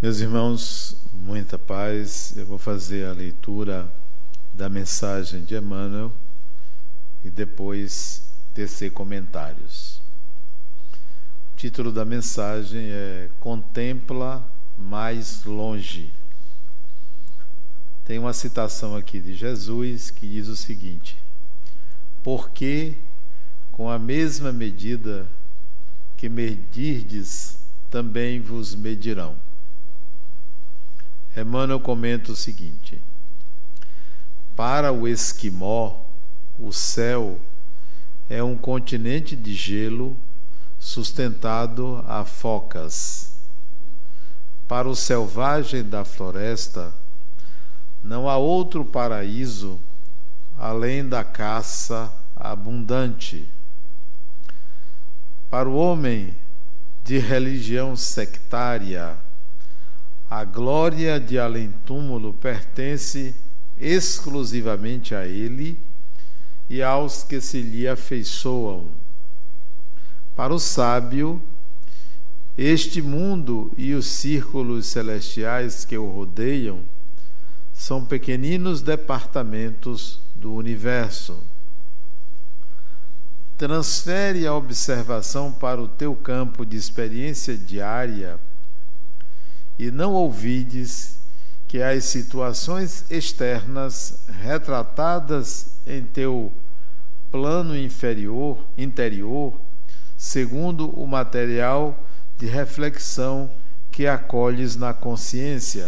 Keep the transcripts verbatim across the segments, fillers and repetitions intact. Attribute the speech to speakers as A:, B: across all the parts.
A: Meus irmãos, muita paz. Eu vou fazer a leitura da mensagem de Emmanuel e depois tecer comentários. O título da mensagem é Contempla mais longe. Tem uma citação aqui de Jesus que diz o seguinte: porque com a mesma medida que medirdes, também vos medirão. Emmanuel comenta o seguinte: para o esquimó, o céu é um continente de gelo sustentado a focas. Para o selvagem da floresta, não há outro paraíso além da caça abundante. Para o homem de religião sectária, a glória de além-túmulo pertence exclusivamente a ele e aos que se lhe afeiçoam. Para o sábio, este mundo e os círculos celestiais que o rodeiam são pequeninos departamentos do universo. Transfere a observação para o teu campo de experiência diária e não ouvides que as situações externas retratadas em teu plano inferior, interior, segundo o material de reflexão que acolhes na consciência.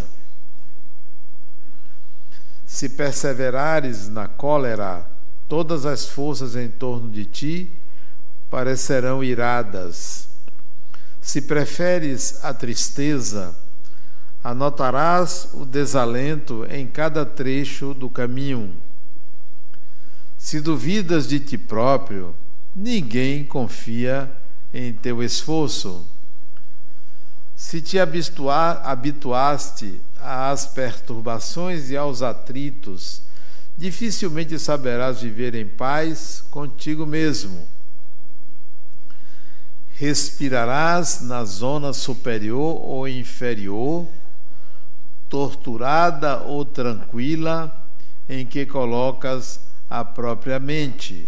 A: Se perseverares na cólera, todas as forças em torno de ti parecerão iradas. Se preferes a tristeza, anotarás o desalento em cada trecho do caminho. Se duvidas de ti próprio, ninguém confia em teu esforço. Se te habitua- habituaste às perturbações e aos atritos, dificilmente saberás viver em paz contigo mesmo. Respirarás na zona superior ou inferior, torturada ou tranquila, em que colocas a própria mente.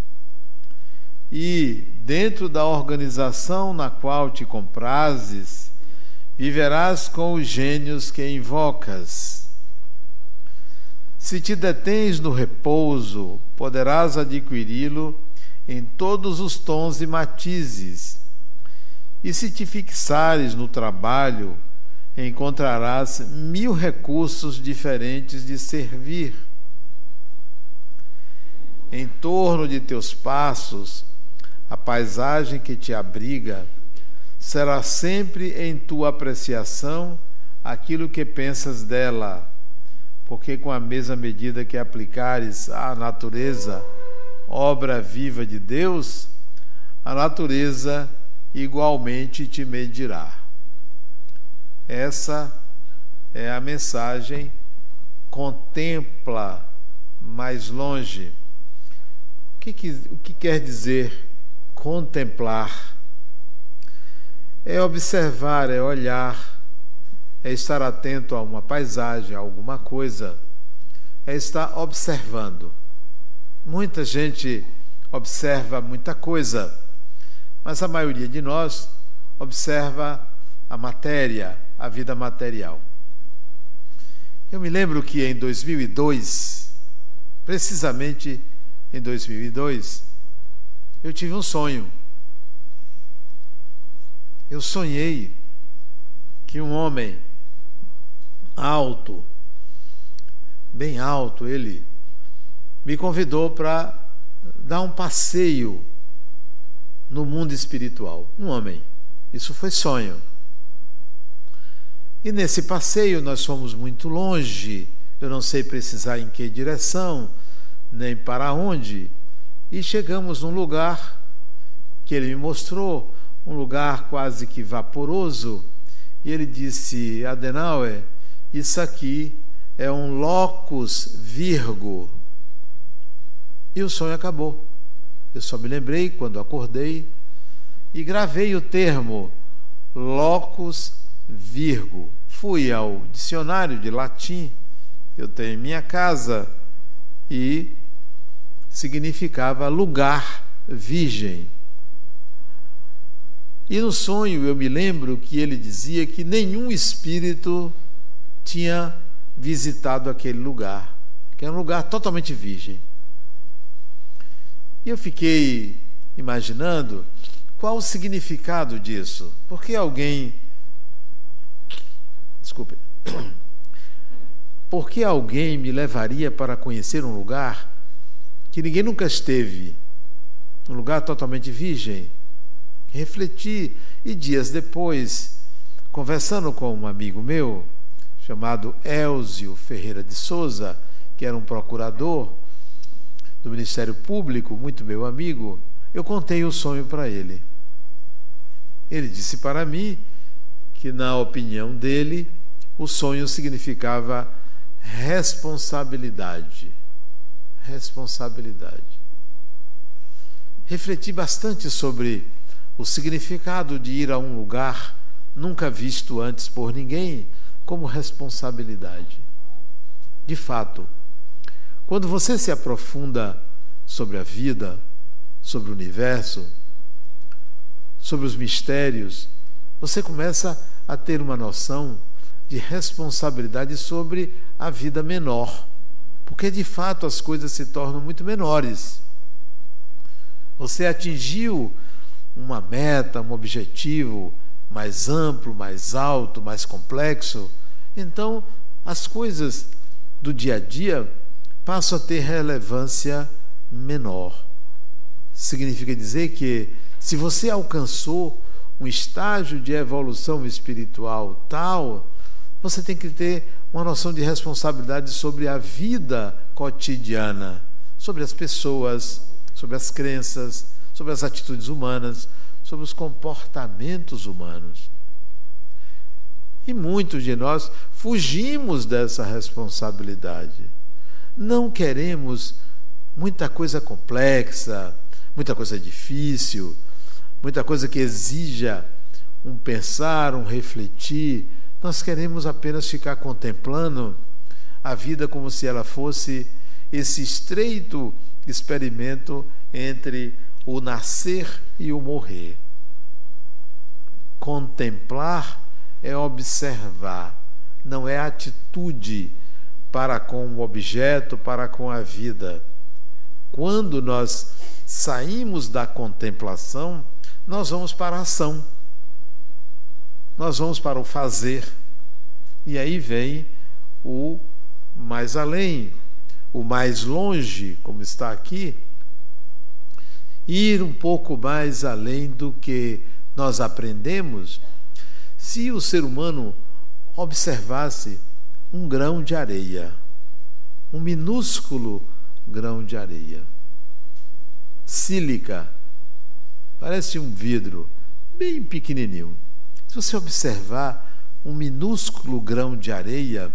A: E, dentro da organização na qual te comprazes, viverás com os gênios que invocas. Se te detens no repouso, poderás adquiri-lo em todos os tons e matizes. E se te fixares no trabalho, encontrarás mil recursos diferentes de servir. Em torno de teus passos, a paisagem que te abriga será sempre em tua apreciação aquilo que pensas dela, porque com a mesma medida que aplicares à natureza, obra viva de Deus, a natureza igualmente te medirá. Essa é a mensagem. Contempla mais longe. O que, que, o que quer dizer contemplar? É observar, é olhar, é estar atento a uma paisagem, a alguma coisa, é estar observando. Muita gente observa muita coisa, mas a maioria de nós observa a matéria, a vida material. Eu me lembro que em dois mil e dois, precisamente em dois mil e dois, eu tive um sonho. Eu sonhei que um homem alto, bem alto, ele me convidou para dar um passeio no mundo espiritual. Um homem. Isso foi sonho. E nesse passeio nós fomos muito longe, eu não sei precisar em que direção, nem para onde, e chegamos num lugar que ele me mostrou, um lugar quase que vaporoso, e ele disse: Adenauer, isso aqui é um locus virgo. E o sonho acabou. Eu só me lembrei quando acordei e gravei o termo locus virgo, fui ao dicionário de latim que eu tenho em minha casa e significava lugar virgem. E no sonho eu me lembro que ele dizia que nenhum espírito tinha visitado aquele lugar, que era um lugar totalmente virgem. E eu fiquei imaginando qual o significado disso. Por que alguém... Desculpe. Por que alguém me levaria para conhecer um lugar que ninguém nunca esteve? Um lugar totalmente virgem? Refleti, e dias depois, conversando com um amigo meu, chamado Elzio Ferreira de Souza, que era um procurador do Ministério Público, muito meu amigo, eu contei o sonho para ele. Ele disse para mim que, na opinião dele, o sonho significava responsabilidade. Responsabilidade. Refleti bastante sobre o significado de ir a um lugar nunca visto antes por ninguém como responsabilidade. De fato, quando você se aprofunda sobre a vida, sobre o universo, sobre os mistérios, você começa a ter uma noção de responsabilidade sobre a vida menor, porque de fato as coisas se tornam muito menores. Você atingiu uma meta, um objetivo mais amplo, mais alto, mais complexo, então as coisas do dia a dia passam a ter relevância menor. Significa dizer que, se você alcançou um estágio de evolução espiritual tal, você tem que ter uma noção de responsabilidade sobre a vida cotidiana, sobre as pessoas, sobre as crenças, sobre as atitudes humanas, sobre os comportamentos humanos. E muitos de nós fugimos dessa responsabilidade. Não queremos muita coisa complexa, muita coisa difícil, muita coisa que exija um pensar, um refletir. Nós queremos apenas ficar contemplando a vida como se ela fosse esse estreito experimento entre o nascer e o morrer. Contemplar é observar, não é atitude para com o objeto, para com a vida. Quando nós saímos da contemplação, nós vamos para a ação, nós vamos para o fazer. E aí vem o mais além, o mais longe, como está aqui, ir um pouco mais além do que nós aprendemos. Se o ser humano observasse um grão de areia, um minúsculo grão de areia, sílica, parece um vidro, bem pequenininho. Se você observar um minúsculo grão de areia,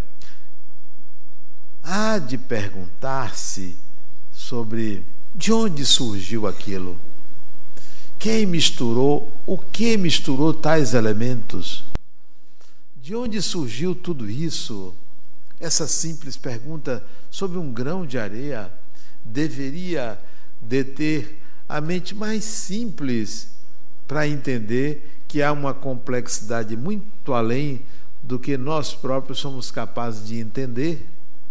A: há de perguntar-se sobre de onde surgiu aquilo. Quem misturou, o que misturou tais elementos? De onde surgiu tudo isso? Essa simples pergunta sobre um grão de areia deveria deter a mente mais simples para entender que há uma complexidade muito além do que nós próprios somos capazes de entender.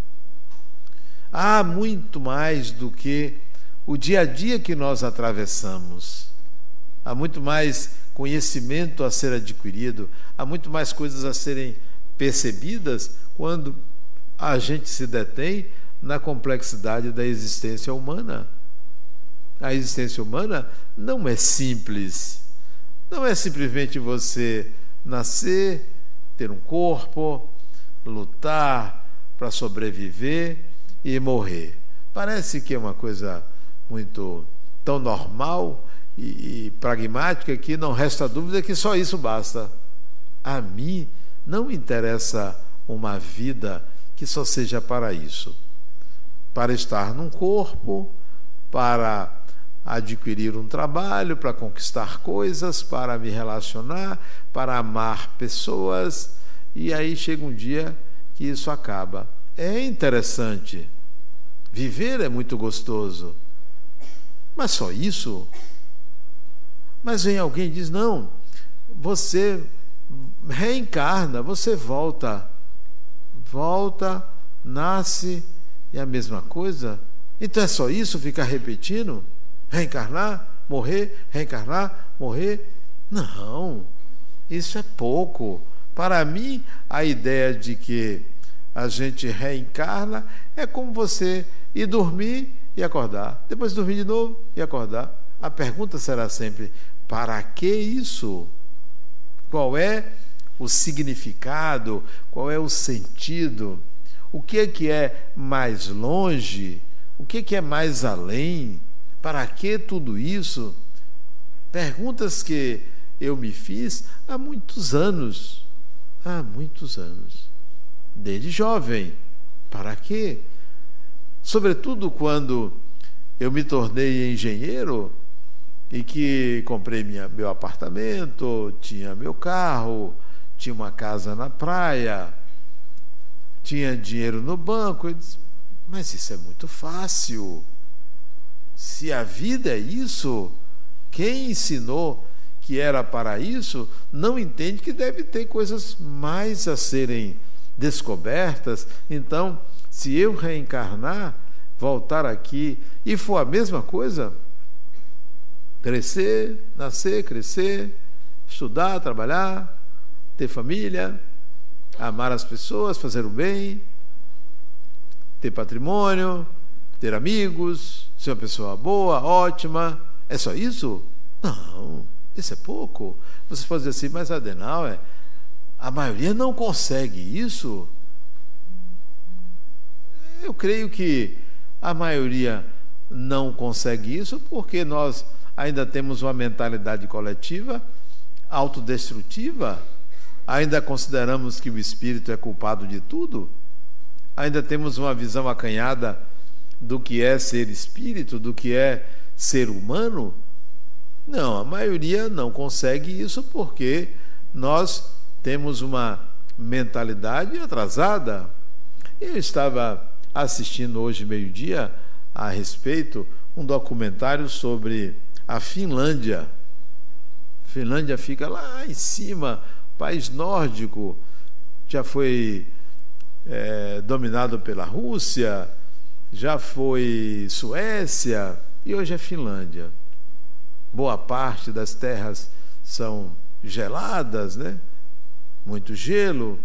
A: Há muito mais do que o dia a dia que nós atravessamos. Há muito mais conhecimento a ser adquirido, há muito mais coisas a serem percebidas quando a gente se detém na complexidade da existência humana. A existência humana não é simples. Não é simplesmente você nascer, ter um corpo, lutar para sobreviver e morrer. Parece que é uma coisa muito tão normal e, e pragmática que não resta dúvida que só isso basta. A mim não interessa uma vida que só seja para isso, para estar num corpo, para adquirir um trabalho, para conquistar coisas, para me relacionar, para amar pessoas e aí chega um dia que isso acaba. É interessante. Viver é muito gostoso. Mas só isso? Mas vem alguém e diz, não, você reencarna, você volta. Volta, nasce, e a mesma coisa? Então é só isso, ficar repetindo? Reencarnar, morrer, reencarnar, morrer? Não, isso é pouco. Para mim, a ideia de que a gente reencarna é como você ir dormir e acordar, depois dormir de novo e acordar. A pergunta será sempre, para que isso? Qual é o significado? Qual é o sentido? O que é que é mais longe? O que é que é mais além? Para que tudo isso? Perguntas que eu me fiz há muitos anos. Há muitos anos. Desde jovem. Para quê? Sobretudo quando eu me tornei engenheiro e que comprei minha, meu apartamento, tinha meu carro, tinha uma casa na praia, tinha dinheiro no banco. Eu disse, mas isso é muito fácil. Se a vida é isso, quem ensinou que era para isso, não entende que deve ter coisas mais a serem descobertas. Então, se eu reencarnar, voltar aqui, e for a mesma coisa, crescer, nascer, crescer, estudar, trabalhar, ter família, amar as pessoas, fazer o bem, ter patrimônio, ter amigos, ser uma pessoa boa, ótima, é só isso? Não, isso é pouco. Você pode dizer assim, mas Adenauer, a maioria não consegue isso? Eu creio que a maioria não consegue isso porque nós ainda temos uma mentalidade coletiva autodestrutiva, ainda consideramos que o espírito é culpado de tudo, ainda temos uma visão acanhada do que é ser espírito, do que é ser humano. Não, a maioria não consegue isso porque nós temos uma mentalidade atrasada. Eu estava assistindo hoje, meio-dia, a respeito, um documentário sobre a Finlândia. A Finlândia fica lá em cima, país nórdico, já foi é, dominado pela Rússia, já foi Suécia e hoje é Finlândia. Boa parte das terras são geladas, né? Muito gelo,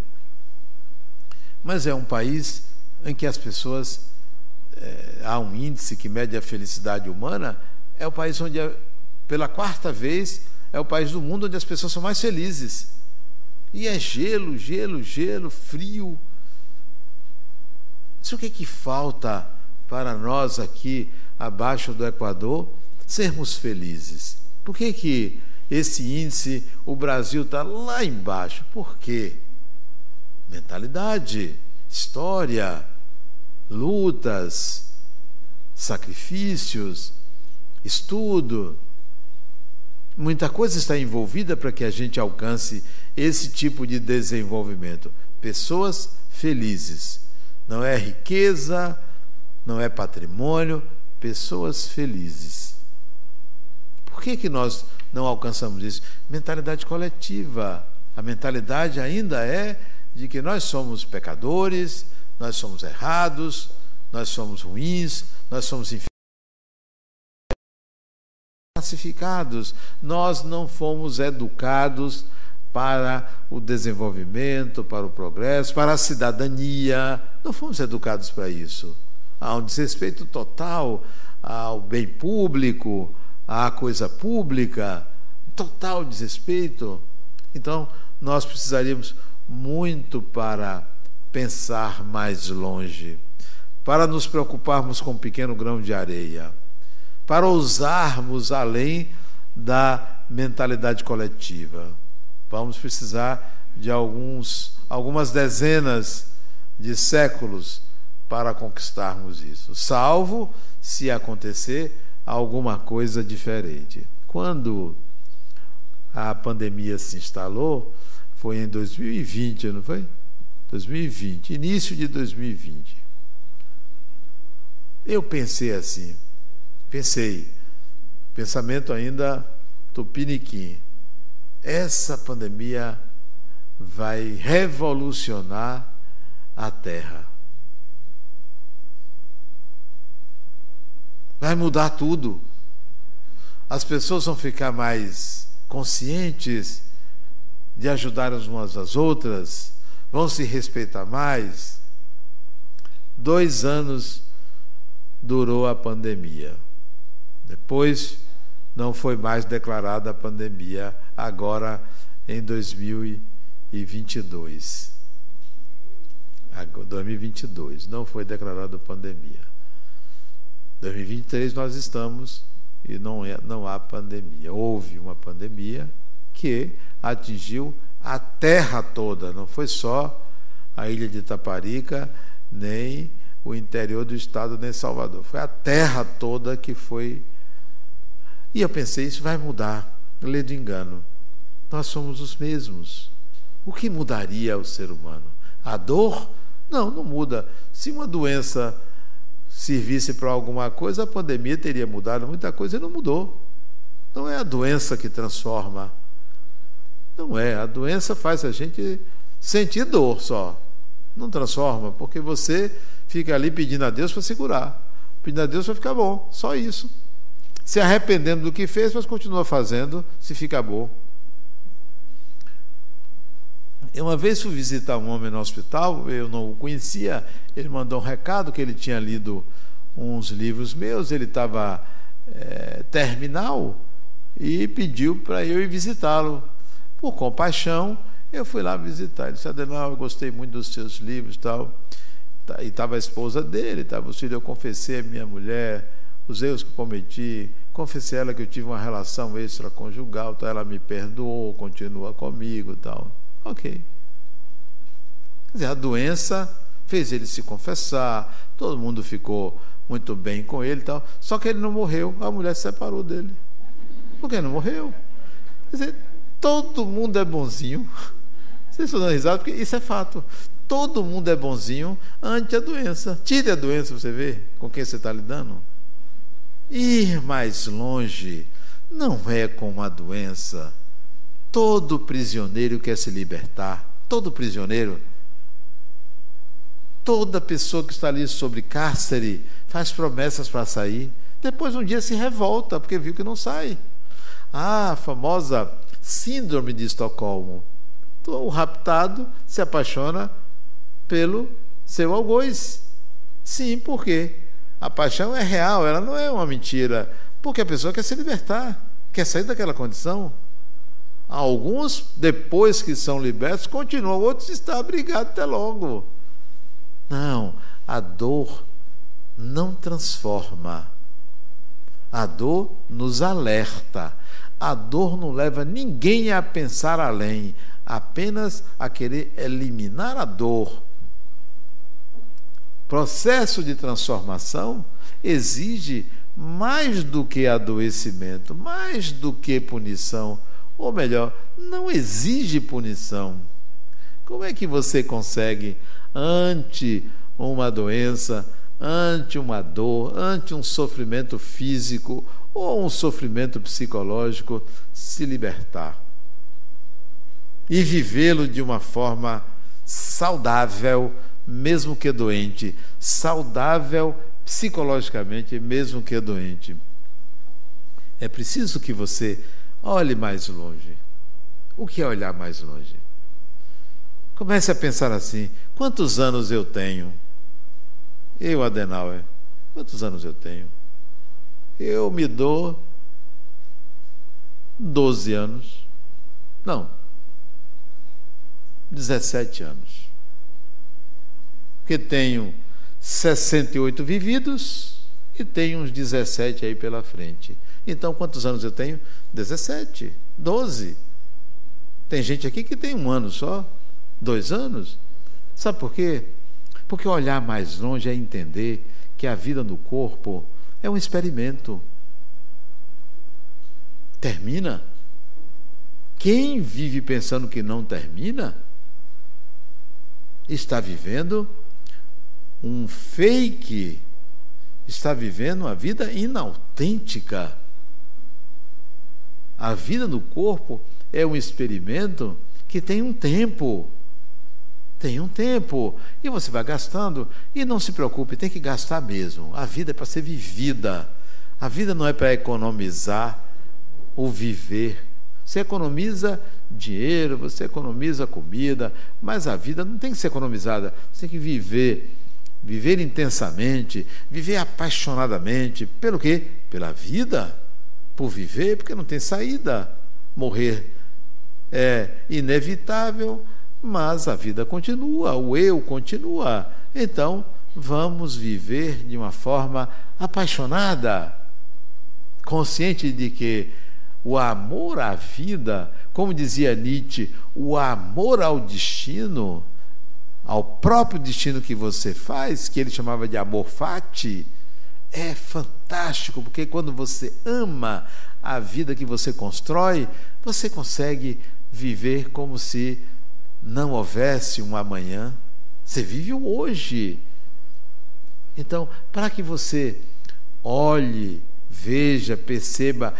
A: mas é um país em que as pessoas, é, há um índice que mede a felicidade humana, é o país onde, pela quarta vez, é o país do mundo onde as pessoas são mais felizes. E é gelo, gelo, gelo, frio. Isso o que é que falta para nós aqui, abaixo do Equador, sermos felizes? Por que que esse índice, o Brasil está lá embaixo? Por quê? Mentalidade, história, lutas, sacrifícios, estudo. Muita coisa está envolvida para que a gente alcance esse tipo de desenvolvimento. Pessoas felizes. Não é riqueza, não é patrimônio, pessoas felizes. Por que que nós não alcançamos isso? Mentalidade coletiva. A mentalidade ainda é de que nós somos pecadores, nós somos errados, nós somos ruins, nós somos classificados. Nós não fomos educados para o desenvolvimento, para o progresso, para a cidadania. Não fomos educados para isso. Há um desrespeito total ao bem público, à coisa pública, total desrespeito. Então, nós precisaríamos muito para pensar mais longe, para nos preocuparmos com um pequeno grão de areia, para ousarmos além da mentalidade coletiva. Vamos precisar de alguns, algumas dezenas de séculos para conquistarmos isso, salvo se acontecer alguma coisa diferente. Quando a pandemia se instalou, Foi em dois mil e vinte, não foi? dois mil e vinte, início de dois mil e vinte. Eu pensei assim, pensei, pensamento ainda tupiniquim, essa pandemia vai revolucionar a Terra. Vai mudar tudo. As pessoas vão ficar mais conscientes de ajudar umas às outras, vão se respeitar mais. Dois anos durou a pandemia. Depois não foi mais declarada a pandemia, agora em dois mil e vinte e dois. dois mil e vinte e dois, não foi declarada a pandemia. dois mil e vinte e três nós estamos e não, é, não há pandemia. Houve uma pandemia que atingiu a terra toda, não foi só a ilha de Itaparica, nem o interior do estado, nem Salvador. Foi a terra toda que foi. E eu pensei, isso vai mudar. Lê do engano. Nós somos os mesmos. O que mudaria o ser humano? A dor? Não, não muda. Se uma doença servisse para alguma coisa, a pandemia teria mudado muita coisa e não mudou. Não é a doença que transforma. Não é. A doença faz a gente sentir dor só. Não transforma, porque você fica ali pedindo a Deus para segurar. Pedindo a Deus para ficar bom. Só isso. Se arrependendo do que fez, mas continua fazendo, se fica bom. Eu uma vez fui visitar um homem no hospital, eu não o conhecia, ele mandou um recado que ele tinha lido uns livros meus, ele estava é, terminal e pediu para eu ir visitá-lo. Por compaixão, eu fui lá visitar. Ele disse: Adenal, eu gostei muito dos seus livros e tal. E estava a esposa dele, estava o filho. Eu confessei a minha mulher os erros que cometi, confessei a ela que eu tive uma relação extraconjugal, então ela me perdoou, continua comigo e tal. Ok. Quer dizer, a doença fez ele se confessar, todo mundo ficou muito bem com ele e tal, só que ele não morreu, a mulher se separou dele. Por que não morreu? Quer dizer, todo mundo é bonzinho. Vocês estão dando risada, porque isso é fato. Todo mundo é bonzinho ante a doença. Tire a doença, você vê com quem você está lidando. Ir mais longe não é com a doença. Todo prisioneiro quer se libertar. Todo prisioneiro. Toda pessoa que está ali sobre cárcere faz promessas para sair. Depois um dia se revolta, porque viu que não sai. Ah, a famosa síndrome de Estocolmo. O raptado se apaixona pelo seu algoz. Sim, por quê? A paixão é real, ela não é uma mentira. Porque a pessoa quer se libertar, quer sair daquela condição. Alguns, depois que são libertos, continuam, outros estão abrigados até logo. Não, a dor não transforma. A dor nos alerta. A dor não leva ninguém a pensar além, apenas a querer eliminar a dor. Processo de transformação exige mais do que adoecimento, mais do que punição. Ou melhor, não exige punição. Como é que você consegue, ante uma doença, ante uma dor, ante um sofrimento físico ou um sofrimento psicológico, se libertar e vivê-lo de uma forma saudável, mesmo que doente, saudável psicologicamente, mesmo que doente? É preciso que você olhe mais longe. O que é olhar mais longe? Comece a pensar assim: quantos anos eu tenho? Eu, Adenauer, quantos anos eu tenho? Eu me dou doze anos. Não, dezessete anos. Porque tenho sessenta e oito vividos e tenho uns dezessete aí pela frente. Então, quantos anos eu tenho? dezessete, doze. Tem gente aqui que tem um ano só, dois anos. Sabe por quê? Porque olhar mais longe é entender que a vida no corpo é um experimento. Termina. Quem vive pensando que não termina, está vivendo um fake, está vivendo uma vida inautêntica. A vida no corpo é um experimento que tem um tempo. Tem um tempo. E você vai gastando. E não se preocupe, tem que gastar mesmo. A vida é para ser vivida. A vida não é para economizar ou viver. Você economiza dinheiro, você economiza comida, mas a vida não tem que ser economizada. Você tem que viver. Viver intensamente, viver apaixonadamente. Pelo quê? Pela vida. Por viver, porque não tem saída. Morrer é inevitável, mas a vida continua, o eu continua. Então, vamos viver de uma forma apaixonada, consciente de que o amor à vida, como dizia Nietzsche, o amor ao destino, ao próprio destino que você faz, que ele chamava de amor fati, é fantástico, porque quando você ama a vida que você constrói, você consegue viver como se não houvesse um amanhã. Você vive o hoje. Então, para que você olhe, veja, perceba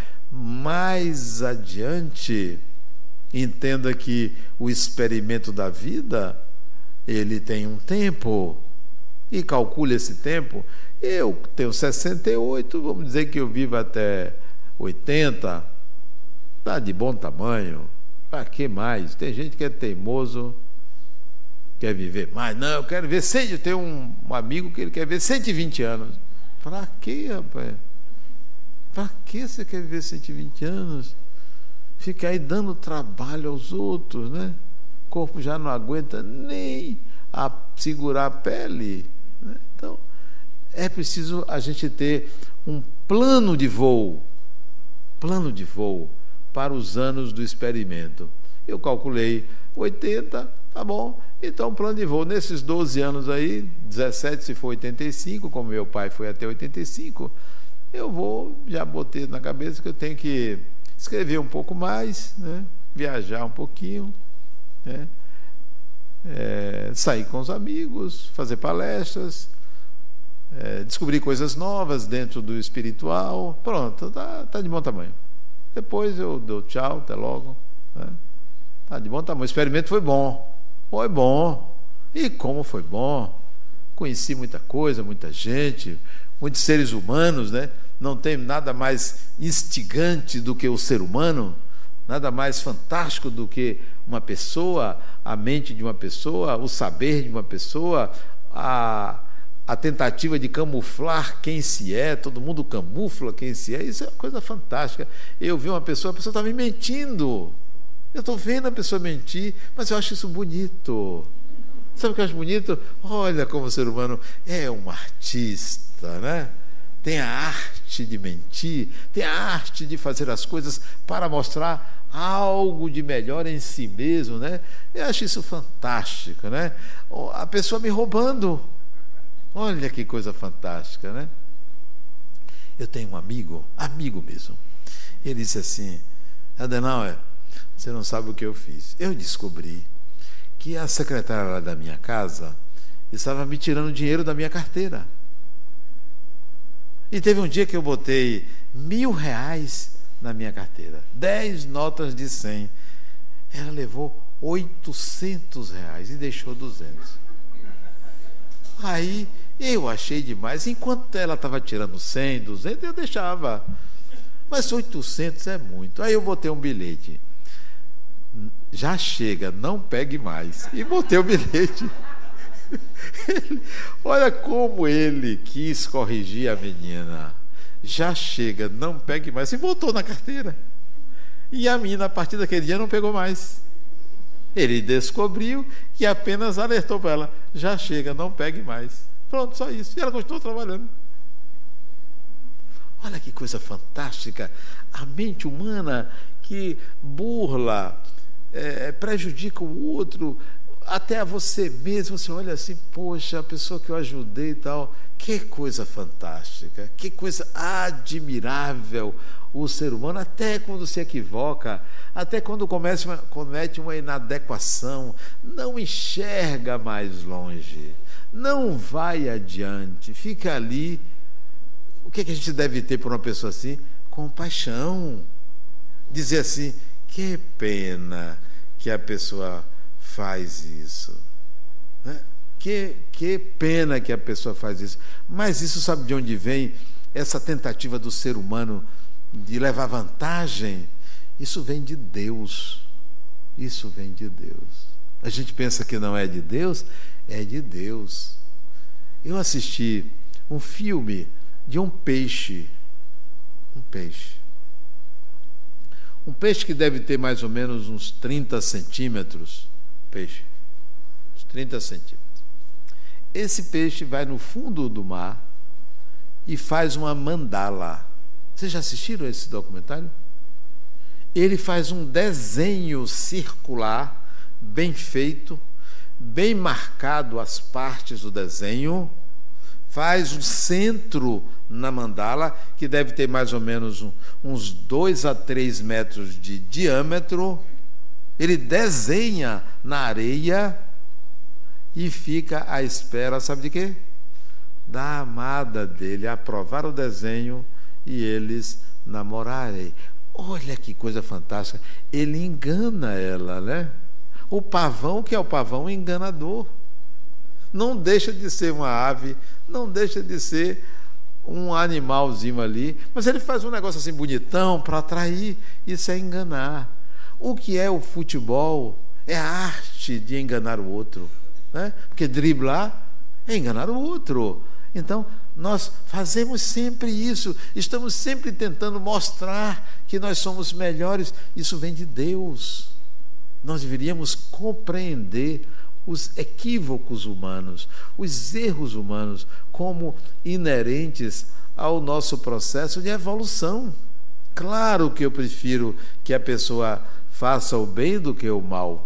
A: mais adiante, entenda que o experimento da vida, ele tem um tempo, e calcule esse tempo. Eu tenho sessenta e oito, vamos dizer que eu vivo até oitenta, está de bom tamanho. Para que mais? Tem gente que é teimoso, quer viver mais. Não, eu quero ver cem. Eu tenho um, um amigo que ele quer ver cento e vinte anos. Para que, rapaz? Para que você quer viver cento e vinte anos? Fica aí dando trabalho aos outros, né? O corpo já não aguenta nem a segurar a pele, né? Então, é preciso a gente ter um plano de voo, plano de voo para os anos do experimento. Eu calculei oitenta, tá bom, então plano de voo, nesses doze anos aí, dezessete se for oitenta e cinco, como meu pai foi até oitenta e cinco, eu vou, já botei na cabeça que eu tenho que escrever um pouco mais, né? Viajar um pouquinho, né? É, sair com os amigos, fazer palestras, é, descobrir coisas novas dentro do espiritual. Pronto, tá, tá de bom tamanho. Depois eu dou tchau, até logo, né? Tá de bom tamanho. O experimento foi bom, foi bom. E como foi bom? Conheci muita coisa, muita gente, muitos seres humanos, né? Não tem nada mais instigante do que o ser humano, nada mais fantástico do que uma pessoa, a mente de uma pessoa, o saber de uma pessoa, a, a tentativa de camuflar quem se é. Todo mundo camufla quem se é. Isso é uma coisa fantástica. Eu vi uma pessoa, a pessoa está me mentindo. Eu estou vendo a pessoa mentir, mas eu acho isso bonito. Sabe o que eu acho bonito? Olha como o ser humano é um artista, né? Tem a arte de mentir, tem a arte de fazer as coisas para mostrar algo de melhor em si mesmo, né? Eu acho isso fantástico, né? A pessoa me roubando. Olha que coisa fantástica, né? Eu tenho um amigo, amigo mesmo. Ele disse assim: Adenauer, você não sabe o que eu fiz. Eu descobri que a secretária lá da minha casa estava me tirando dinheiro da minha carteira. E teve um dia que eu botei mil reais na minha carteira, dez notas de cem. Ela levou oitocentos reais e deixou duzentos. Aí eu achei demais. Enquanto ela estava tirando cem, duzentos, eu deixava. Mas oitocentos é muito. Aí eu botei um bilhete. Já chega, não pegue mais. E botei o bilhete. Ele, olha como ele quis corrigir a menina. Já chega, não pegue mais. E botou na carteira. E a menina, a partir daquele dia, não pegou mais. Ele descobriu e apenas alertou para ela: já chega, não pegue mais. Pronto, só isso. E ela continuou trabalhando. Olha que coisa fantástica. A mente humana que burla, é, prejudica o outro. até a você mesmo, você olha assim, poxa, a pessoa que eu ajudei e tal, que coisa fantástica, que coisa admirável o ser humano, até quando se equivoca, até quando comete uma, comete uma inadequação, não enxerga mais longe, não vai adiante, fica ali. O que, é que a gente deve ter por uma pessoa assim? Compaixão. Dizer assim, que pena que a pessoa faz isso, né? Que, que pena que a pessoa faz isso. Mas isso, sabe de onde vem essa tentativa do ser humano de levar vantagem? Isso vem de Deus. Isso vem de Deus. A gente pensa que não é de Deus, é de Deus. Eu assisti um filme de um peixe. Um peixe. Um peixe que deve ter mais ou menos uns trinta centímetros. Peixe. Uns trinta centímetros. Esse peixe vai no fundo do mar e faz uma mandala. Vocês já assistiram esse documentário? Ele faz um desenho circular, bem feito, bem marcado as partes do desenho, faz um centro na mandala, que deve ter mais ou menos um, uns dois a três metros de diâmetro. Ele desenha na areia e fica à espera, sabe de quê? Da amada dele aprovar o desenho e eles namorarem. Olha que coisa fantástica. Ele engana ela, né? O pavão, que é o pavão enganador. Não deixa de ser uma ave, não deixa de ser um animalzinho ali, mas ele faz um negócio assim bonitão para atrair. Isso é enganar. O que é o futebol? É a arte de enganar o outro, né? Porque driblar é enganar o outro. Então, nós fazemos sempre isso, estamos sempre tentando mostrar que nós somos melhores. Isso vem de Deus. Nós deveríamos compreender os equívocos humanos, os erros humanos, como inerentes ao nosso processo de evolução. Claro que eu prefiro que a pessoa faça o bem do que o mal,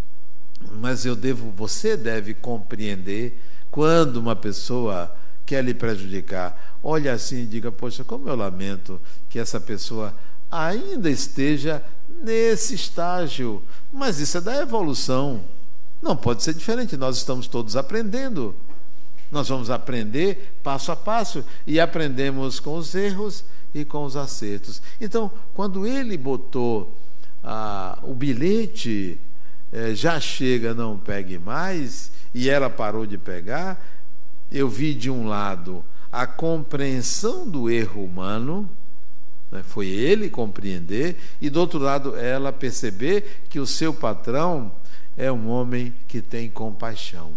A: mas eu devo, você deve compreender quando uma pessoa quer lhe prejudicar. Olha assim e diga, poxa, como eu lamento que essa pessoa ainda esteja nesse estágio, mas isso é da evolução. Não pode ser diferente, nós estamos todos aprendendo. Nós vamos aprender passo a passo e aprendemos com os erros e com os acertos. Então, quando ele botou ah, o bilhete, eh, já chega, não pegue mais, e ela parou de pegar, eu vi de um lado a compreensão do erro humano, né, foi ele compreender, e do outro lado ela perceber que o seu patrão é um homem que tem compaixão,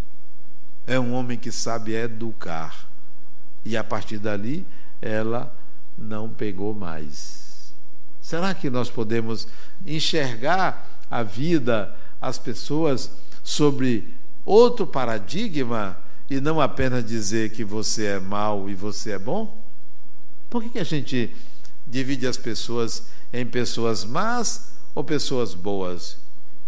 A: é um homem que sabe educar, e a partir dali ela não pegou mais. Será que nós podemos enxergar a vida, as pessoas, sobre outro paradigma e não apenas dizer que você é mau e você é bom? Por que que a gente divide as pessoas em pessoas más ou pessoas boas?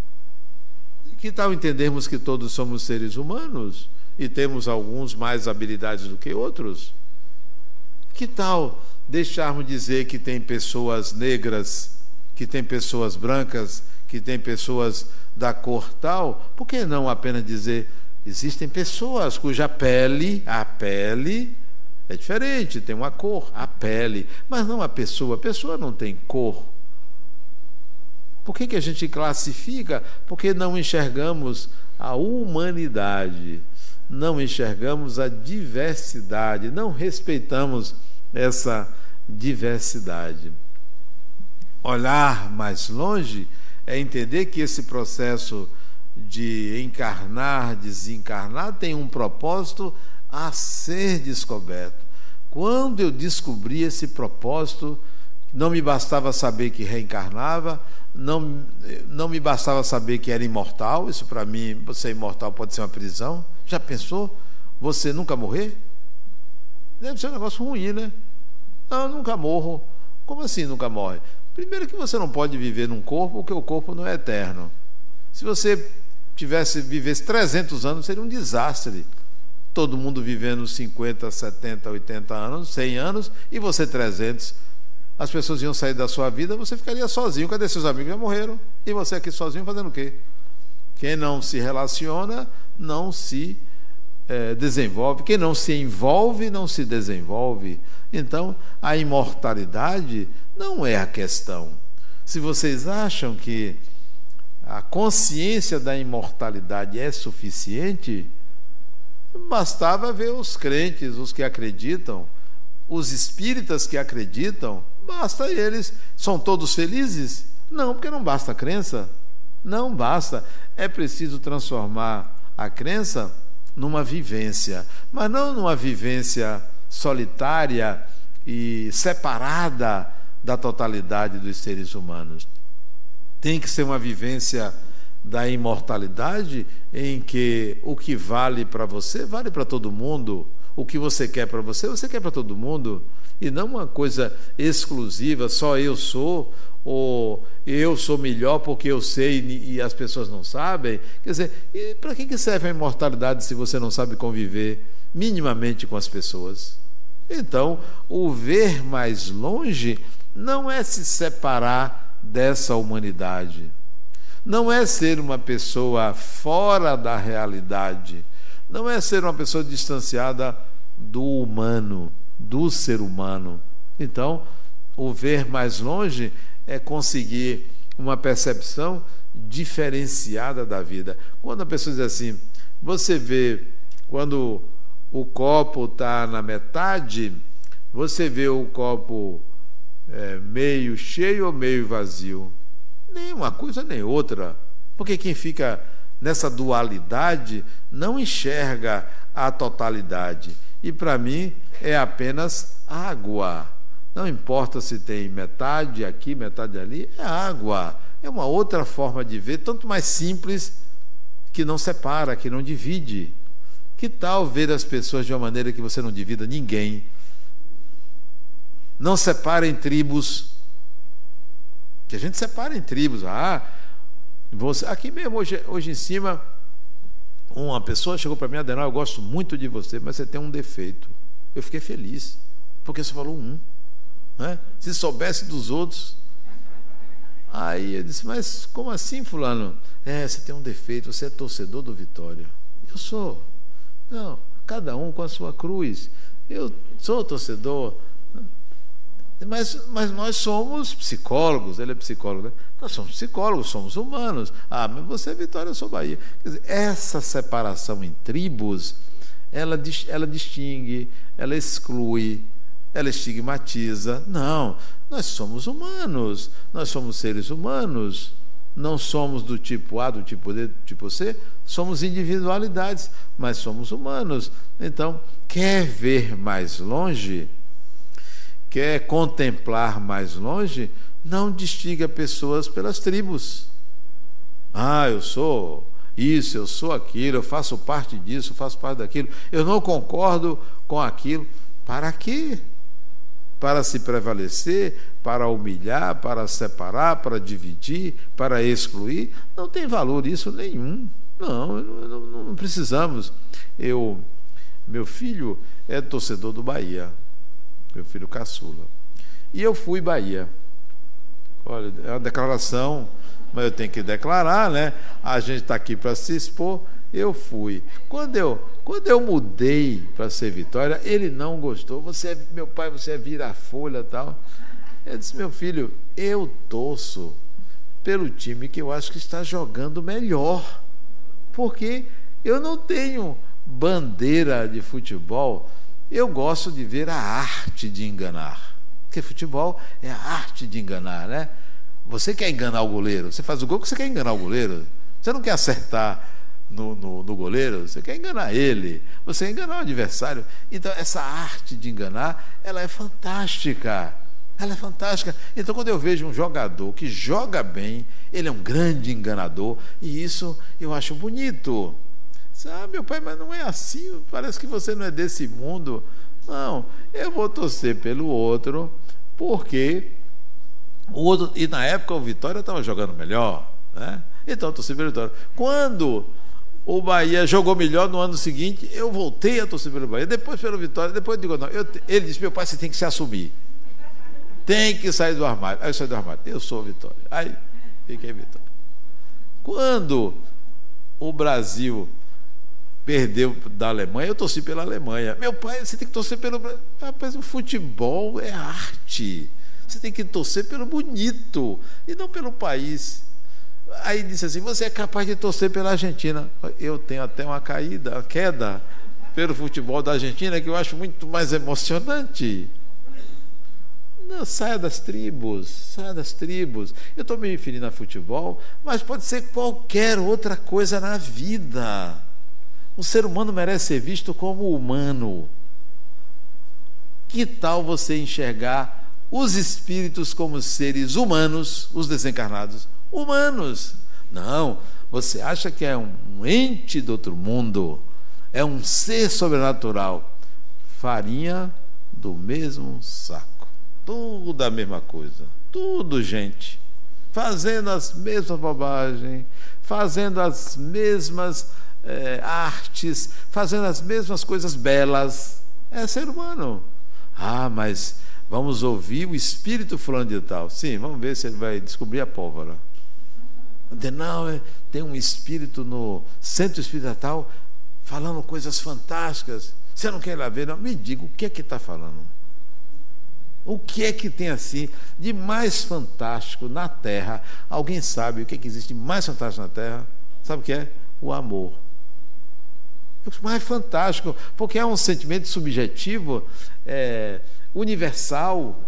A: Que tal entendermos que todos somos seres humanos e temos alguns mais habilidades do que outros? Que tal deixarmos dizer que tem pessoas negras, que tem pessoas brancas, que tem pessoas da cor tal? Por que não apenas dizer, existem pessoas cuja pele, a pele é diferente, tem uma cor, a pele, mas não a pessoa. A pessoa não tem cor. Por que que a gente classifica? Porque não enxergamos a humanidade, não enxergamos a diversidade, não respeitamos essa diversidade. Olhar mais longe é entender que esse processo de encarnar, desencarnar, tem um propósito a ser descoberto. Quando eu descobri esse propósito, não me bastava saber que reencarnava, não, não me bastava saber que era imortal. Isso, para mim, você é imortal pode ser uma prisão. Já pensou? Você nunca morrer? Deve ser um negócio ruim, né? Não, eu nunca morro. Como assim nunca morre? Primeiro que você não pode viver num corpo, porque o corpo não é eterno. Se você tivesse, vivesse trezentos anos, seria um desastre. Todo mundo vivendo cinquenta, setenta, oitenta anos, cem anos, e você trezentos. As pessoas iam sair da sua vida, você ficaria sozinho. Cadê seus amigos? Já morreram. E você aqui sozinho fazendo o quê? Quem não se relaciona, não se é, desenvolve. Quem não se envolve, não se desenvolve. Então, a imortalidade não é a questão. Se vocês acham que a consciência da imortalidade é suficiente, bastava ver os crentes, os que acreditam, os espíritas que acreditam, basta eles. São todos felizes? Não, porque não basta a crença. Não basta. É preciso transformar a crença numa vivência, mas não numa vivência solitária e separada da totalidade dos seres humanos. Tem que ser uma vivência da imortalidade em que o que vale para você, vale para todo mundo. O que você quer para você, você quer para todo mundo. E não uma coisa exclusiva, só eu sou, ou eu sou melhor porque eu sei e as pessoas não sabem. Quer dizer, e para que serve a imortalidade se você não sabe conviver minimamente com as pessoas? Então, o ver mais longe não é se separar dessa humanidade, não é ser uma pessoa fora da realidade, não é ser uma pessoa distanciada do humano, do ser humano. Então, o ver mais longe é conseguir uma percepção diferenciada da vida. Quando a pessoa diz assim, você vê, quando o copo está na metade, você vê o copo é, meio cheio ou meio vazio? Nem uma coisa nem outra, porque quem fica nessa dualidade não enxerga a totalidade. E para mim é apenas água. Não importa se tem metade aqui, metade ali, é água. É uma outra forma de ver, tanto mais simples, que não separa, que não divide. Que tal ver as pessoas de uma maneira que você não divida ninguém? Não separa em tribos, que a gente separa em tribos. Ah, você, aqui mesmo, hoje, hoje em cima, uma pessoa chegou para mim, Adenal, eu gosto muito de você, mas você tem um defeito. Eu fiquei feliz, porque você falou um, né? Se soubesse dos outros. Aí eu disse, mas como assim, fulano? É, você tem um defeito, você é torcedor do Vitória. Eu sou. Não, cada um com a sua cruz. Eu sou torcedor. Mas, mas nós somos psicólogos, ele é psicólogo, né? Nós somos psicólogos, somos humanos. Ah, mas você é Vitória, eu sou Bahia. Quer dizer, essa separação em tribos, ela, ela distingue, ela exclui, ela estigmatiza. Não, nós somos humanos, nós somos seres humanos, não somos do tipo A, do tipo D, do tipo C, somos individualidades, mas somos humanos. Então, quer ver mais longe, quer contemplar mais longe, não distinga pessoas pelas tribos. Ah, eu sou isso, eu sou aquilo, eu faço parte disso, eu faço parte daquilo, eu não concordo com aquilo. Para quê? Para se prevalecer, para humilhar, para separar, para dividir, para excluir? Não tem valor isso nenhum. Não, não, não precisamos. Eu, meu filho é torcedor do Bahia, meu filho caçula. E eu fui Bahia. Olha, é uma declaração, mas eu tenho que declarar, né? A gente está aqui para se expor. Eu fui. Quando eu, quando eu mudei para ser Vitória, ele não gostou. Você é, meu pai, você é vira-folha e tal. Eu disse, meu filho, eu torço pelo time que eu acho que está jogando melhor. Porque eu não tenho bandeira de futebol. Eu gosto de ver a arte de enganar. Porque futebol é a arte de enganar, né? Você quer enganar o goleiro, você faz o gol porque você quer enganar o goleiro. Você não quer acertar no, no, no goleiro, você quer enganar ele, você quer enganar o adversário. Então, essa arte de enganar, ela é fantástica. Ela é fantástica. Então, quando eu vejo um jogador que joga bem, ele é um grande enganador, e isso eu acho bonito. Ah, meu pai, mas não é assim, parece que você não é desse mundo. Não, eu vou torcer pelo outro, porque o outro, e na época o Vitória estava jogando melhor, né? Então eu torci pelo Vitória. Quando o Bahia jogou melhor no ano seguinte, eu voltei a torcer pelo Bahia, depois pelo Vitória, depois eu digo, não, eu, ele disse, meu pai, você tem que se assumir, tem que sair do armário. Aí eu saí do armário, eu sou Vitória, aí fiquei Vitória. Quando o Brasil perdeu da Alemanha, eu torci pela Alemanha. Meu pai, você tem que torcer pelo Brasil. Rapaz, o futebol é arte, você tem que torcer pelo bonito e não pelo país. Aí disse assim, você é capaz de torcer pela Argentina. Eu tenho até uma caída, uma queda pelo futebol da Argentina, que eu acho muito mais emocionante. Não, saia das tribos, saia das tribos. Eu estou me referindo a futebol, mas pode ser qualquer outra coisa na vida. O ser humano merece ser visto como humano. Que tal você enxergar os espíritos como seres humanos, os desencarnados, humanos? Não, você acha que é um ente do outro mundo, é um ser sobrenatural, farinha do mesmo saco, tudo a mesma coisa, tudo gente, fazendo as mesmas bobagens, fazendo as mesmas é, artes, fazendo as mesmas coisas belas. É ser humano. Ah, mas vamos ouvir o espírito fulano de tal. Sim, vamos ver se ele vai descobrir a pólvora. Não, tem um espírito no centro espiritual falando coisas fantásticas. Você não quer ir lá ver? Não, me diga, o que é que está falando? O que é que tem assim de mais fantástico na Terra? Alguém sabe o que é que existe de mais fantástico na Terra? Sabe o que é? O amor. O mais fantástico, porque é um sentimento subjetivo, é, universal,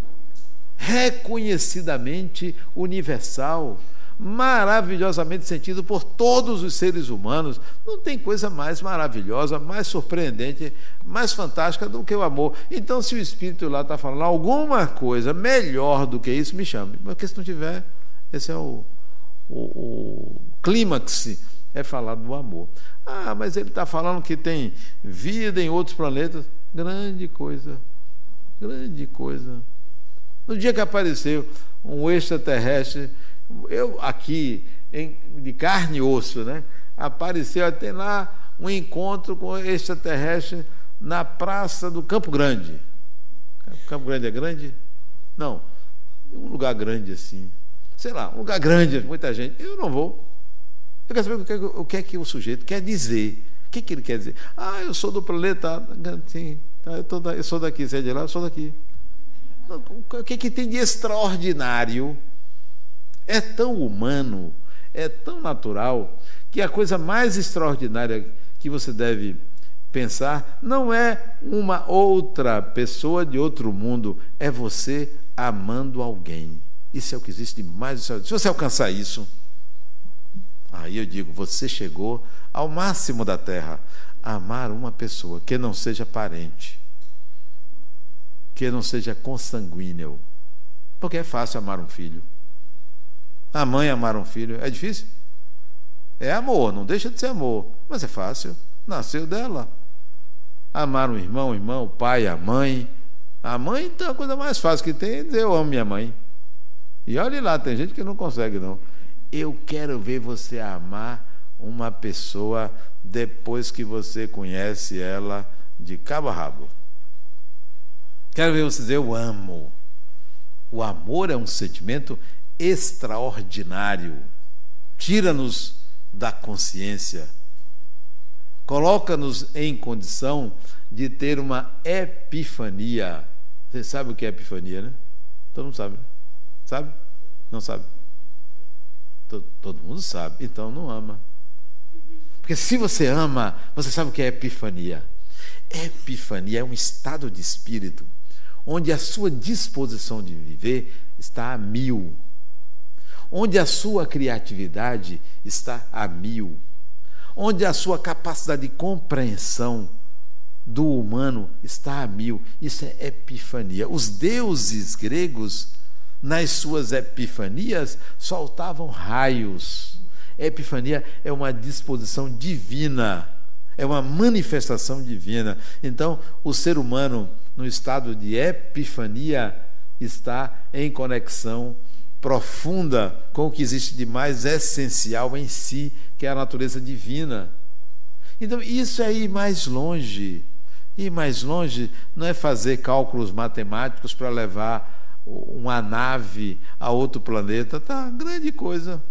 A: reconhecidamente universal, maravilhosamente sentido por todos os seres humanos. Não tem coisa mais maravilhosa, mais surpreendente, mais fantástica do que o amor. Então, se o espírito lá está falando alguma coisa melhor do que isso, me chame. Porque se não tiver, esse é o, o, o clímax, é falar do amor. Ah, mas ele está falando que tem vida em outros planetas. Grande coisa, grande coisa. No dia que apareceu um extraterrestre, eu aqui, em, de carne e osso, né? Apareceu até lá um encontro com extraterrestre na praça do Campo Grande. Campo Grande é grande? Não, um lugar grande assim. Sei lá, um lugar grande, muita gente. Eu não vou. Eu quero saber o que, o que é que o sujeito quer dizer. O que, que ele quer dizer? Ah, eu sou do planeta. Sim, eu, tô da, eu sou daqui. Você é de lá? Eu sou daqui. O que, que tem de extraordinário? É tão humano, é tão natural, que a coisa mais extraordinária que você deve pensar não é uma outra pessoa de outro mundo, é você amando alguém. Isso é o que existe de mais extraordinário. Se você alcançar isso, aí eu digo, você chegou ao máximo da Terra. Amar uma pessoa que não seja parente, que não seja consanguíneo, porque é fácil amar um filho. A mãe amar um filho é difícil? É amor, não deixa de ser amor, mas é fácil, nasceu dela. Amar um irmão, o irmão, o pai, a mãe. A mãe, então, a coisa mais fácil que tem é dizer eu amo minha mãe. E olhe lá, tem gente que não consegue não. Eu quero ver você amar uma pessoa depois que você conhece ela de cabo a rabo. Quero ver você dizer eu amo. O amor é um sentimento extraordinário. Tira-nos da consciência. Coloca-nos em condição de ter uma epifania. Você sabe o que é epifania, né? Todo mundo sabe, né? Sabe? Não sabe? Todo, todo mundo sabe. Então não ama. Porque se você ama, você sabe o que é epifania. Epifania é um estado de espírito onde a sua disposição de viver está a mil, onde a sua criatividade está a mil, onde a sua capacidade de compreensão do humano está a mil. Isso é epifania. Os deuses gregos, nas suas epifanias, soltavam raios. A epifania é uma disposição divina, é uma manifestação divina. Então, o ser humano, no estado de epifania, está em conexão profunda com o que existe de mais essencial em si, que é a natureza divina. Então, isso é ir mais longe. Ir mais longe não é fazer cálculos matemáticos para levar uma nave a outro planeta. Tá, grande coisa.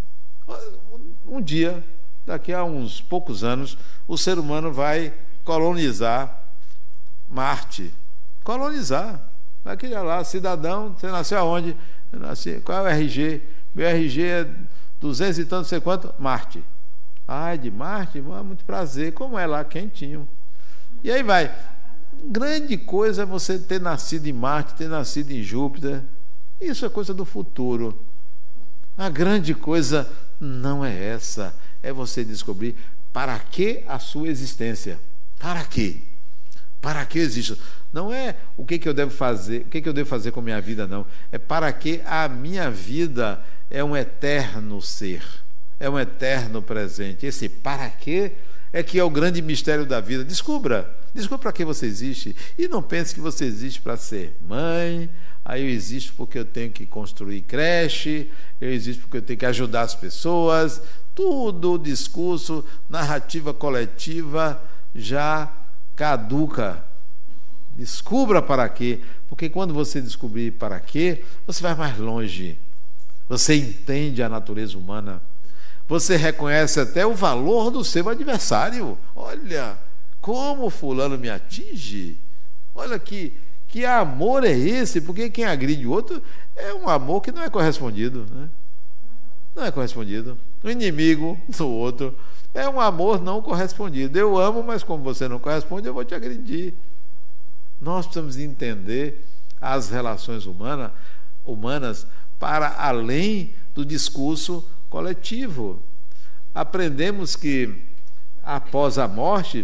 A: Um dia, daqui a uns poucos anos, o ser humano vai colonizar Marte. Colonizar. Vai criar lá, cidadão, você nasceu aonde? Eu nasci, qual é o R G? Meu R G é duzentos e tanto, não sei quanto, Marte. Ai, de Marte? Muito prazer. Como é lá, quentinho. E aí vai. Grande coisa é você ter nascido em Marte, ter nascido em Júpiter. Isso é coisa do futuro. A grande coisa não é essa. É você descobrir para que a sua existência. Para quê? Para que existe? Não é o que, que eu devo fazer, o que, que eu devo fazer com a minha vida, não. É para que a minha vida é um eterno ser, é um eterno presente. Esse para quê é que é o grande mistério da vida. Descubra, descubra para que você existe. E não pense que você existe para ser mãe, aí eu existo porque eu tenho que construir creche, eu existo porque eu tenho que ajudar as pessoas. Tudo o discurso, narrativa coletiva já caduca. Descubra para quê, porque quando você descobrir para quê, você vai mais longe. Você entende a natureza humana. Você reconhece até o valor do seu adversário. Olha, como fulano me atinge. Olha que, que amor é esse, porque quem agride o outro é um amor que não é correspondido, né? Não é correspondido. O inimigo do outro é um amor não correspondido. Eu amo, mas como você não corresponde, eu vou te agredir. Nós precisamos entender as relações humana, humanas para além do discurso coletivo. Aprendemos que após a morte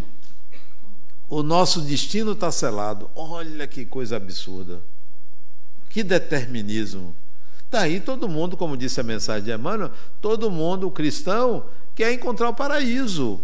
A: o nosso destino está selado. Olha que coisa absurda, que determinismo. Daí todo mundo, como disse a mensagem de Emmanuel, todo mundo, o cristão, quer encontrar o paraíso,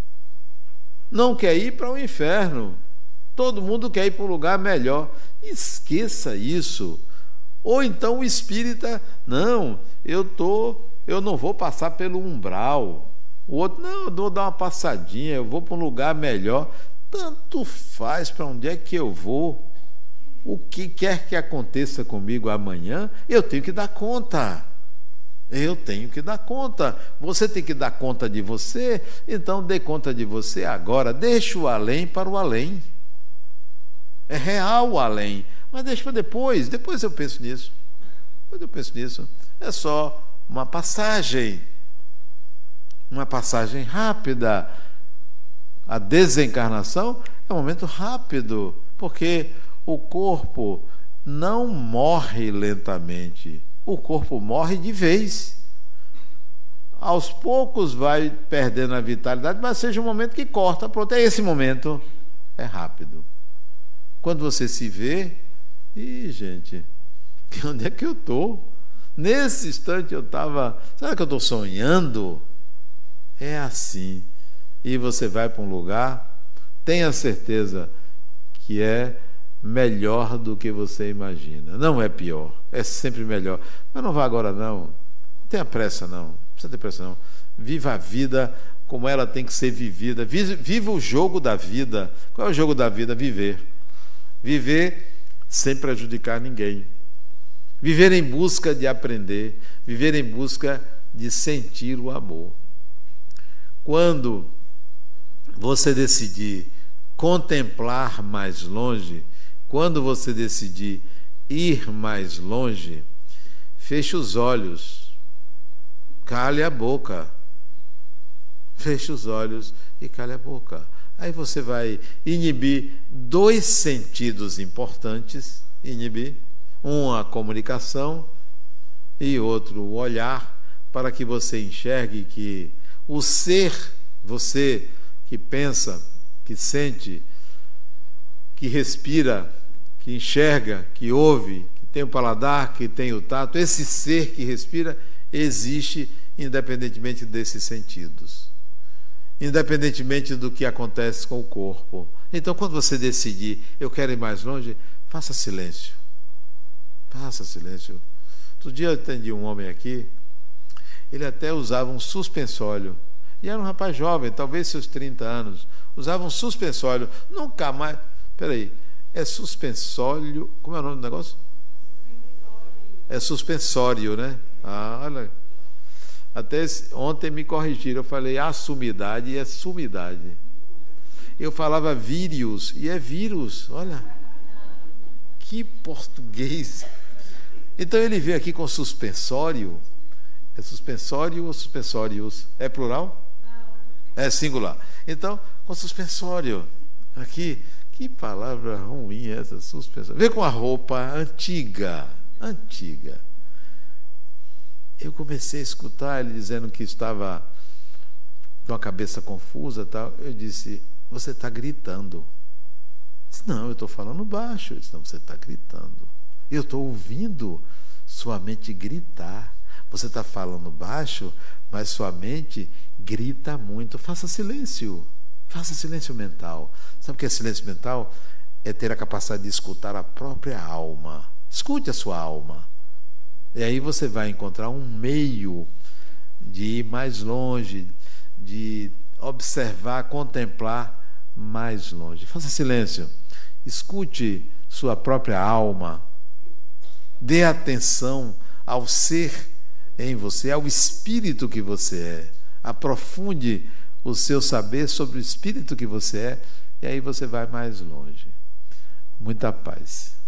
A: não quer ir para o inferno. Todo mundo quer ir para um lugar melhor. Esqueça isso. Ou então o espírita, não, eu tô, eu não vou passar pelo umbral. O outro, não, eu vou dar uma passadinha, eu vou para um lugar melhor. Tanto faz para onde é que eu vou. O que quer que aconteça comigo amanhã, eu tenho que dar conta. Eu tenho que dar conta. Você tem que dar conta de você, então dê conta de você agora. Deixa o além para o além. É real o além, mas deixa para depois. Depois eu penso nisso. Depois eu penso nisso. É só uma passagem. Uma passagem rápida. A desencarnação é um momento rápido, porque o corpo não morre lentamente. O corpo morre de vez. Aos poucos vai perdendo a vitalidade, mas seja um momento que corta. Pronto, é esse momento. É rápido. Quando você se vê, ih, gente, onde é que eu estou? Nesse instante eu estava, será que eu estou sonhando? É assim. E você vai para um lugar, tenha certeza que é melhor do que você imagina. Não é pior, é sempre melhor. Mas não vá agora não, não tenha pressa não, não precisa ter pressa não. Viva a vida como ela tem que ser vivida. Viva o jogo da vida. Qual é o jogo da vida? Viver. Viver sem prejudicar ninguém. Viver em busca de aprender. Viver em busca de sentir o amor. Quando você decidir contemplar mais longe, quando você decidir ir mais longe, feche os olhos, cale a boca. Feche os olhos e cale a boca. Aí você vai inibir dois sentidos importantes, inibir, um a comunicação e outro o olhar, para que você enxergue que o ser, você que pensa, que sente, que respira, que enxerga, que ouve, que tem o paladar, que tem o tato, esse ser que respira existe independentemente desses sentidos. Independentemente do que acontece com o corpo. Então, quando você decidir, eu quero ir mais longe, faça silêncio. Faça silêncio. Outro dia eu atendi um homem aqui, ele até usava um suspensório. E era um rapaz jovem, talvez seus trinta anos. Usava um suspensório. Nunca mais... Peraí, é suspensório... Como é o nome do negócio? É suspensório, né? Ah, olha... Até ontem me corrigiram, eu falei assumidade e é sumidade. Eu falava vírus e é vírus, olha. Que português. Então ele veio aqui com suspensório. É suspensório ou suspensórios? É plural? É singular. Então, com suspensório. Aqui, que palavra ruim essa, suspensório. Veio com a roupa antiga, antiga. Eu comecei a escutar ele dizendo que estava com a cabeça confusa e tal. Eu disse, você está gritando. Eu disse, não, eu estou falando baixo. Eu disse, não, você está gritando. Eu estou ouvindo sua mente gritar. Você está falando baixo, mas sua mente grita muito. Faça silêncio. Faça silêncio mental. Sabe o que é silêncio mental? É ter a capacidade de escutar a própria alma. Escute a sua alma. E aí você vai encontrar um meio de ir mais longe, de observar, contemplar mais longe. Faça silêncio. Escute sua própria alma. Dê atenção ao ser em você, ao espírito que você é. Aprofunde o seu saber sobre o espírito que você é, e aí você vai mais longe. Muita paz.